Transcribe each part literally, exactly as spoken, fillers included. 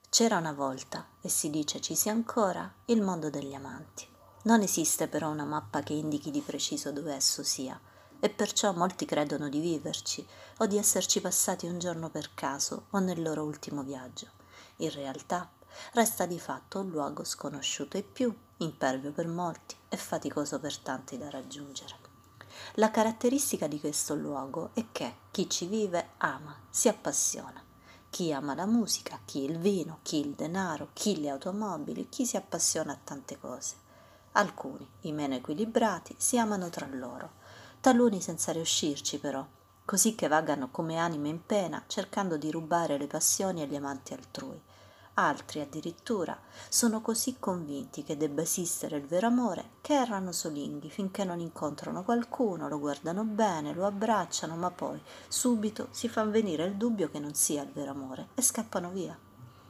C'era una volta, e si dice ci sia ancora, il mondo degli amanti. Non esiste però una mappa che indichi di preciso dove esso sia, e perciò molti credono di viverci o di esserci passati un giorno per caso o nel loro ultimo viaggio. In realtà resta di fatto un luogo sconosciuto e più, impervio per molti e faticoso per tanti da raggiungere. La caratteristica di questo luogo è che chi ci vive ama, si appassiona. Chi ama la musica, chi il vino, chi il denaro, chi le automobili, chi si appassiona a tante cose. Alcuni, i meno equilibrati, si amano tra loro, taluni senza riuscirci però, così che vagano come anime in pena cercando di rubare le passioni e gli amanti altrui. Altri addirittura sono così convinti che debba esistere il vero amore che errano solinghi finché non incontrano qualcuno, lo guardano bene, lo abbracciano, ma poi subito si fa venire il dubbio che non sia il vero amore e scappano via.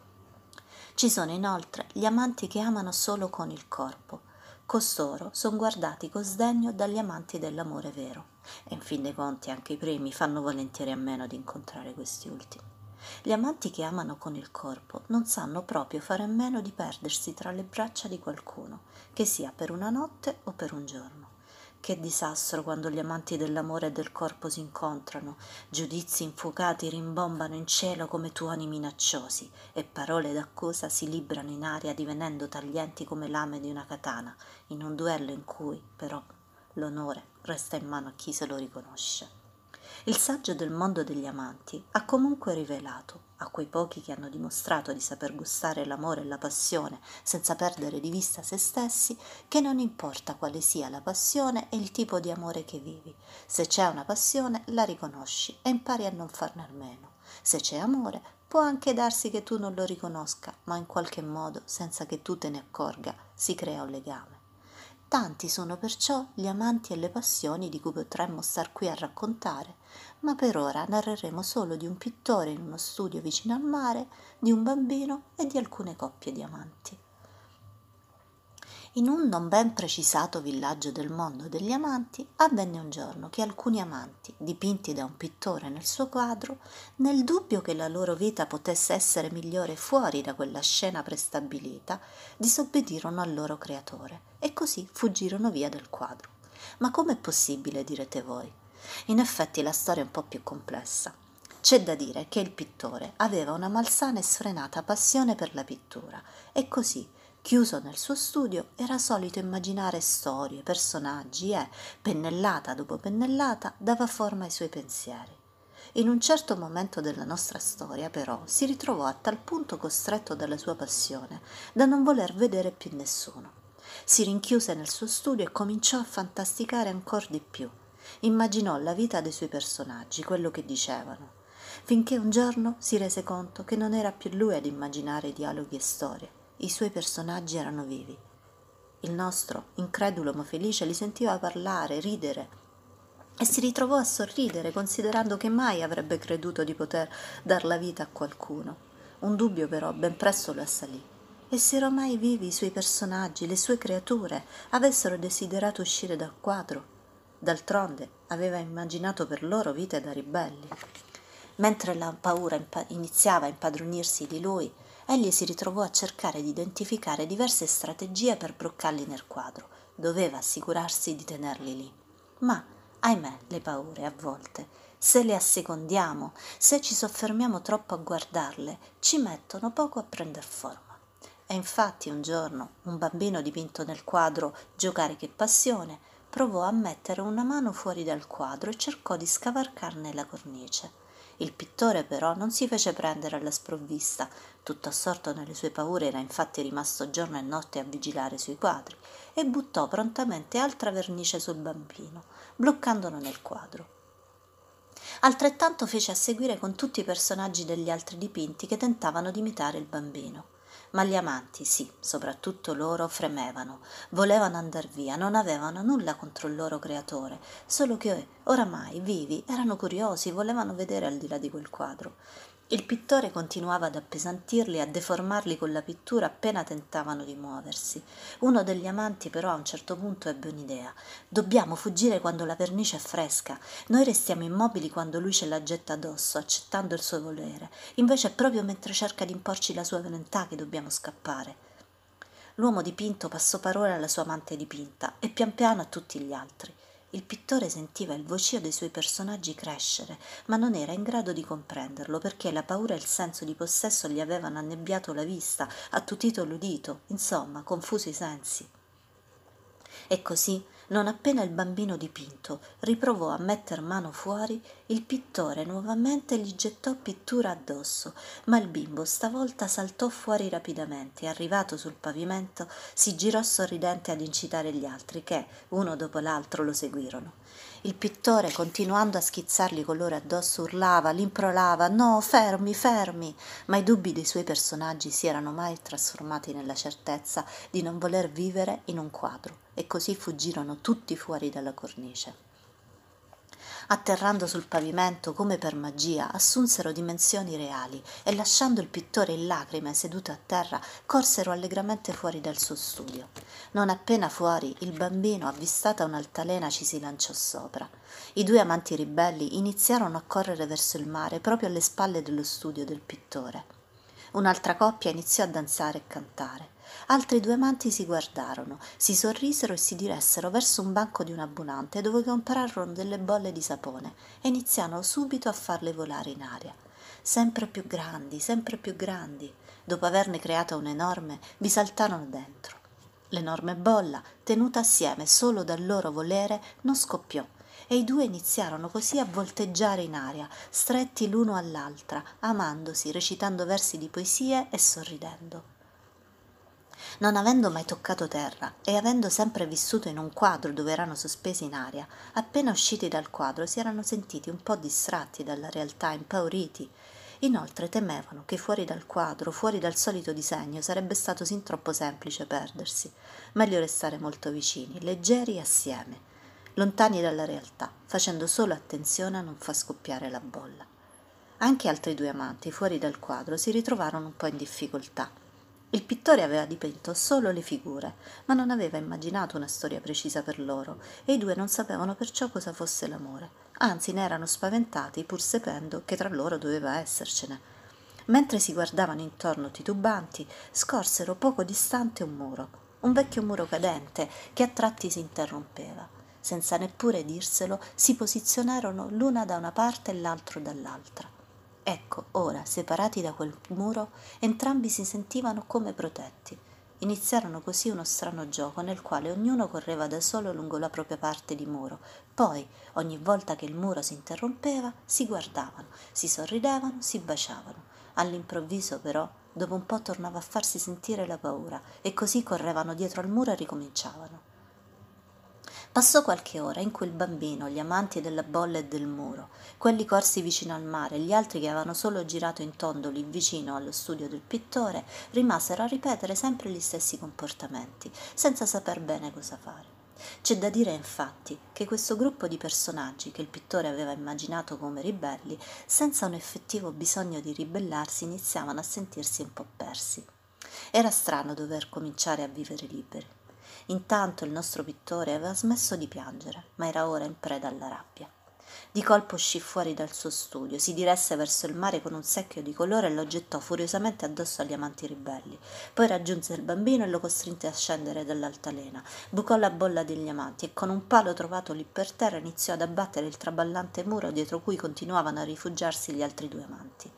Ci sono inoltre gli amanti che amano solo con il corpo. Costoro sono guardati con sdegno dagli amanti dell'amore vero e in fin dei conti anche i primi fanno volentieri a meno di incontrare questi ultimi. Gli amanti che amano con il corpo non sanno proprio fare a meno di perdersi tra le braccia di qualcuno, che sia per una notte o per un giorno. Che disastro quando gli amanti dell'amore e del corpo si incontrano, giudizi infuocati rimbombano in cielo come tuoni minacciosi e parole d'accusa si librano in aria divenendo taglienti come lame di una katana, in un duello in cui, però, l'onore resta in mano a chi se lo riconosce. Il saggio del mondo degli amanti ha comunque rivelato, a quei pochi che hanno dimostrato di saper gustare l'amore e la passione senza perdere di vista se stessi, che non importa quale sia la passione e il tipo di amore che vivi. Se c'è una passione, la riconosci e impari a non farne a meno. Se c'è amore, può anche darsi che tu non lo riconosca, ma in qualche modo, senza che tu te ne accorga, si crea un legame. Tanti sono perciò gli amanti e le passioni di cui potremmo star qui a raccontare, ma per ora narreremo solo di un pittore in uno studio vicino al mare, di un bambino e di alcune coppie di amanti. In un non ben precisato villaggio del mondo degli amanti avvenne un giorno che alcuni amanti, dipinti da un pittore nel suo quadro, nel dubbio che la loro vita potesse essere migliore fuori da quella scena prestabilita, disobbedirono al loro creatore e così fuggirono via dal quadro. Ma com'è possibile, direte voi? In effetti la storia è un po' più complessa. C'è da dire che il pittore aveva una malsana e sfrenata passione per la pittura e così, chiuso nel suo studio, era solito immaginare storie, personaggi e, pennellata dopo pennellata, dava forma ai suoi pensieri. In un certo momento della nostra storia, però, si ritrovò a tal punto costretto dalla sua passione da non voler vedere più nessuno. Si rinchiuse nel suo studio e cominciò a fantasticare ancor di più. Immaginò la vita dei suoi personaggi, quello che dicevano, finché un giorno si rese conto che non era più lui ad immaginare dialoghi e storie. I suoi personaggi erano vivi. Il nostro, incredulo ma felice, li sentiva parlare, ridere e si ritrovò a sorridere, considerando che mai avrebbe creduto di poter dar la vita a qualcuno. Un dubbio però ben presto lo assalì. E se ormai vivi i suoi personaggi, le sue creature, avessero desiderato uscire dal quadro? D'altronde aveva immaginato per loro vite da ribelli. Mentre la paura impa- iniziava a impadronirsi di lui, egli si ritrovò a cercare di identificare diverse strategie per bloccarli nel quadro. Doveva assicurarsi di tenerli lì. Ma, ahimè, le paure, a volte, se le assecondiamo, se ci soffermiamo troppo a guardarle, ci mettono poco a prender forma. E infatti un giorno un bambino dipinto nel quadro Giocare che passione provò a mettere una mano fuori dal quadro e cercò di scavalcarne la cornice. Il pittore però non si fece prendere alla sprovvista, tutto assorto nelle sue paure era infatti rimasto giorno e notte a vigilare sui quadri e buttò prontamente altra vernice sul bambino, bloccandolo nel quadro. Altrettanto fece a seguire con tutti i personaggi degli altri dipinti che tentavano di imitare il bambino. Ma gli amanti, sì, soprattutto loro, fremevano, volevano andar via, non avevano nulla contro il loro creatore, solo che oramai, vivi, erano curiosi, volevano vedere al di là di quel quadro. Il pittore continuava ad appesantirli e a deformarli con la pittura appena tentavano di muoversi. Uno degli amanti però a un certo punto ebbe un'idea. Dobbiamo fuggire quando la vernice è fresca. Noi restiamo immobili quando lui ce la getta addosso, accettando il suo volere. Invece è proprio mentre cerca di imporci la sua volontà che dobbiamo scappare. L'uomo dipinto passò parola alla sua amante dipinta e pian piano a tutti gli altri. Il pittore sentiva il vocio dei suoi personaggi crescere, ma non era in grado di comprenderlo perché la paura e il senso di possesso gli avevano annebbiato la vista, attutito l'udito, insomma, confuso i sensi. E così, non appena il bambino dipinto riprovò a metter mano fuori, il pittore nuovamente gli gettò pittura addosso, ma il bimbo stavolta saltò fuori rapidamente e, arrivato sul pavimento, si girò sorridente ad incitare gli altri che, uno dopo l'altro, lo seguirono. Il pittore, continuando a schizzargli colore addosso, urlava, l'improlava: «No, fermi, fermi!» Ma i dubbi dei suoi personaggi si erano mai trasformati nella certezza di non voler vivere in un quadro, e così fuggirono tutti fuori dalla cornice. Atterrando sul pavimento come per magia, assunsero dimensioni reali e, lasciando il pittore in lacrime seduto a terra, corsero allegramente fuori dal suo studio. Non appena fuori, il bambino, avvistata un'altalena, ci si lanciò sopra. I due amanti ribelli iniziarono a correre verso il mare proprio alle spalle dello studio del pittore. Un'altra coppia iniziò a danzare e cantare. Altri due amanti si guardarono, si sorrisero e si diressero verso un banco di un abbonante dove comprarono delle bolle di sapone e iniziarono subito a farle volare in aria. Sempre più grandi, sempre più grandi. Dopo averne creata un'enorme, vi saltarono dentro. L'enorme bolla, tenuta assieme solo dal loro volere, non scoppiò e i due iniziarono così a volteggiare in aria, stretti l'uno all'altra, amandosi, recitando versi di poesie e sorridendo. Non avendo mai toccato terra e avendo sempre vissuto in un quadro dove erano sospesi in aria, appena usciti dal quadro si erano sentiti un po' distratti dalla realtà, impauriti. Inoltre temevano che fuori dal quadro, fuori dal solito disegno, sarebbe stato sin troppo semplice perdersi. Meglio restare molto vicini, leggeri e assieme, lontani dalla realtà, facendo solo attenzione a non far scoppiare la bolla. Anche altri due amanti, fuori dal quadro, si ritrovarono un po' in difficoltà. Il pittore aveva dipinto solo le figure, ma non aveva immaginato una storia precisa per loro, e i due non sapevano perciò cosa fosse l'amore, anzi ne erano spaventati pur sapendo che tra loro doveva essercene. Mentre si guardavano intorno titubanti, scorsero poco distante un muro, un vecchio muro cadente che a tratti si interrompeva. Senza neppure dirselo, si posizionarono l'una da una parte e l'altro dall'altra. Ecco, ora, separati da quel muro, entrambi si sentivano come protetti. Iniziarono così uno strano gioco nel quale ognuno correva da solo lungo la propria parte di muro. Poi, ogni volta che il muro si interrompeva, si guardavano, si sorridevano, si baciavano. All'improvviso, però, dopo un po' tornava a farsi sentire la paura, e così correvano dietro al muro e ricominciavano. Passò qualche ora in cui il bambino, gli amanti della bolla e del muro, quelli corsi vicino al mare e gli altri che avevano solo girato in tondo lì vicino allo studio del pittore, rimasero a ripetere sempre gli stessi comportamenti, senza saper bene cosa fare. C'è da dire infatti che questo gruppo di personaggi che il pittore aveva immaginato come ribelli, senza un effettivo bisogno di ribellarsi, iniziavano a sentirsi un po' persi. Era strano dover cominciare a vivere liberi. Intanto il nostro pittore aveva smesso di piangere, ma era ora in preda alla rabbia. Di colpo uscì fuori dal suo studio, si diresse verso il mare con un secchio di colore e lo gettò furiosamente addosso agli amanti ribelli. Poi raggiunse il bambino e lo costrinse a scendere dall'altalena, bucò la bolla degli amanti e con un palo trovato lì per terra iniziò ad abbattere il traballante muro dietro cui continuavano a rifugiarsi gli altri due amanti.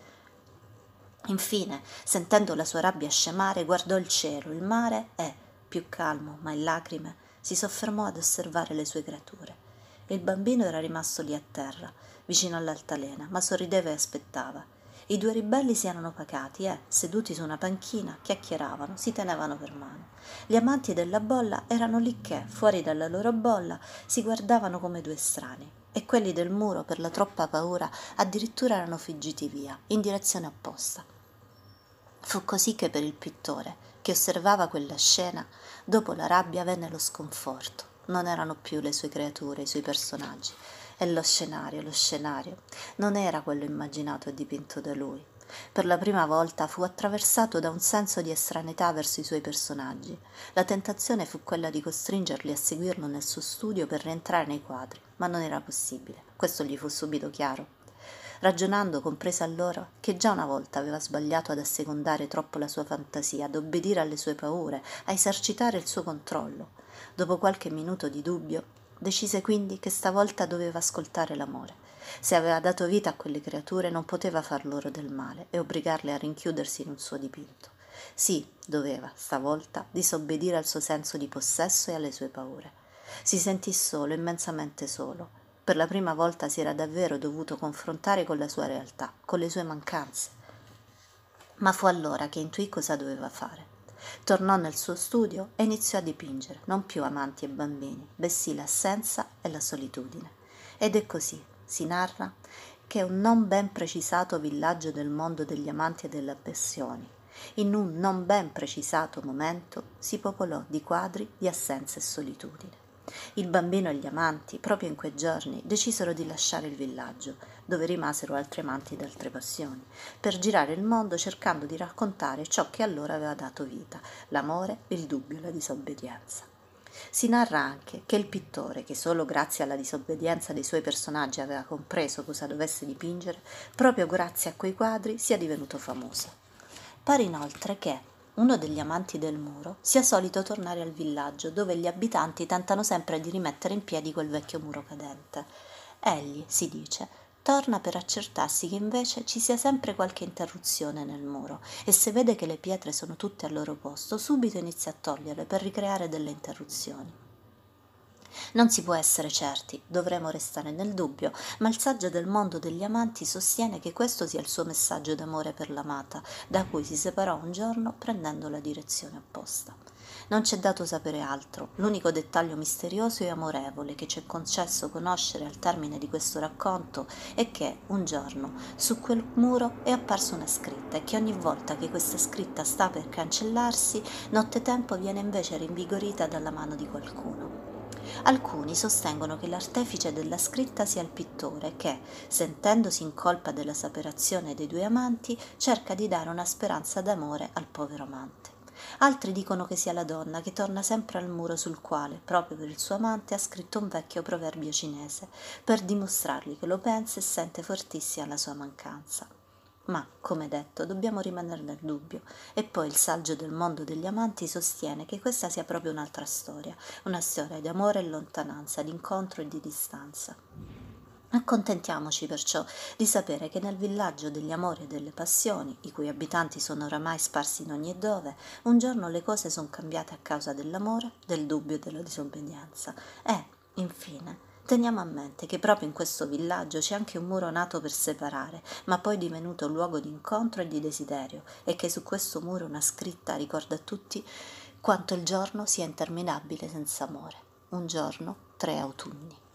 Infine, sentendo la sua rabbia scemare, guardò il cielo, il mare e, più calmo ma in lacrime, si soffermò ad osservare le sue creature. Il bambino era rimasto lì a terra, vicino all'altalena, ma sorrideva e aspettava. I due ribelli si erano pacati e, seduti su una panchina, chiacchieravano, si tenevano per mano. Gli amanti della bolla erano lì che, fuori dalla loro bolla, si guardavano come due strani, e quelli del muro, per la troppa paura, addirittura erano fuggiti via, in direzione opposta. Fu così che per il pittore, che osservava quella scena, dopo la rabbia venne lo sconforto. Non erano più le sue creature, i suoi personaggi, e lo scenario, lo scenario, non era quello immaginato e dipinto da lui. Per la prima volta fu attraversato da un senso di estraneità verso i suoi personaggi. La tentazione fu quella di costringerli a seguirlo nel suo studio per rientrare nei quadri, ma non era possibile. Questo gli fu subito chiaro. Ragionando, comprese allora che già una volta aveva sbagliato ad assecondare troppo la sua fantasia, ad obbedire alle sue paure, a esercitare il suo controllo. Dopo qualche minuto di dubbio, decise quindi che stavolta doveva ascoltare l'amore. Se aveva dato vita a quelle creature non poteva far loro del male e obbligarle a rinchiudersi in un suo dipinto. Sì, doveva, stavolta, disobbedire al suo senso di possesso e alle sue paure. Si sentì solo, immensamente solo. Per la prima volta si era davvero dovuto confrontare con la sua realtà, con le sue mancanze. Ma fu allora che intuì cosa doveva fare. Tornò nel suo studio e iniziò a dipingere, non più amanti e bambini, bensì l'assenza e la solitudine. Ed è così, si narra, che un non ben precisato villaggio del mondo degli amanti e delle passioni, in un non ben precisato momento, si popolò di quadri di assenza e solitudine. Il bambino e gli amanti, proprio in quei giorni, decisero di lasciare il villaggio, dove rimasero altri amanti ed altre passioni, per girare il mondo cercando di raccontare ciò che allora aveva dato vita, l'amore, il dubbio e la disobbedienza. Si narra anche che il pittore, che solo grazie alla disobbedienza dei suoi personaggi aveva compreso cosa dovesse dipingere, proprio grazie a quei quadri sia divenuto famoso. Pare inoltre che uno degli amanti del muro sia solito tornare al villaggio, dove gli abitanti tentano sempre di rimettere in piedi quel vecchio muro cadente. Egli, si dice, torna per accertarsi che invece ci sia sempre qualche interruzione nel muro e se vede che le pietre sono tutte al loro posto, subito inizia a toglierle per ricreare delle interruzioni. Non si può essere certi, dovremo restare nel dubbio, ma il saggio del mondo degli amanti sostiene che questo sia il suo messaggio d'amore per l'amata, da cui si separò un giorno prendendo la direzione opposta. Non c'è dato sapere altro, l'unico dettaglio misterioso e amorevole che ci è concesso conoscere al termine di questo racconto è che, un giorno, su quel muro è apparsa una scritta e che ogni volta che questa scritta sta per cancellarsi, nottetempo viene invece rinvigorita dalla mano di qualcuno. Alcuni sostengono che l'artefice della scritta sia il pittore che, sentendosi in colpa della separazione dei due amanti, cerca di dare una speranza d'amore al povero amante. Altri dicono che sia la donna che torna sempre al muro sul quale, proprio per il suo amante, ha scritto un vecchio proverbio cinese, per dimostrargli che lo pensa e sente fortissima la sua mancanza. Ma, come detto, dobbiamo rimanere nel dubbio, e poi il saggio del mondo degli amanti sostiene che questa sia proprio un'altra storia, una storia di amore e lontananza, di incontro e di distanza. Accontentiamoci perciò di sapere che nel villaggio degli amori e delle passioni, i cui abitanti sono oramai sparsi in ogni dove, un giorno le cose sono cambiate a causa dell'amore, del dubbio e della disobbedienza. E, infine, teniamo a mente che proprio in questo villaggio c'è anche un muro nato per separare, ma poi divenuto luogo di incontro e di desiderio, e che su questo muro una scritta ricorda a tutti quanto il giorno sia interminabile senza amore. Un giorno, tre autunni.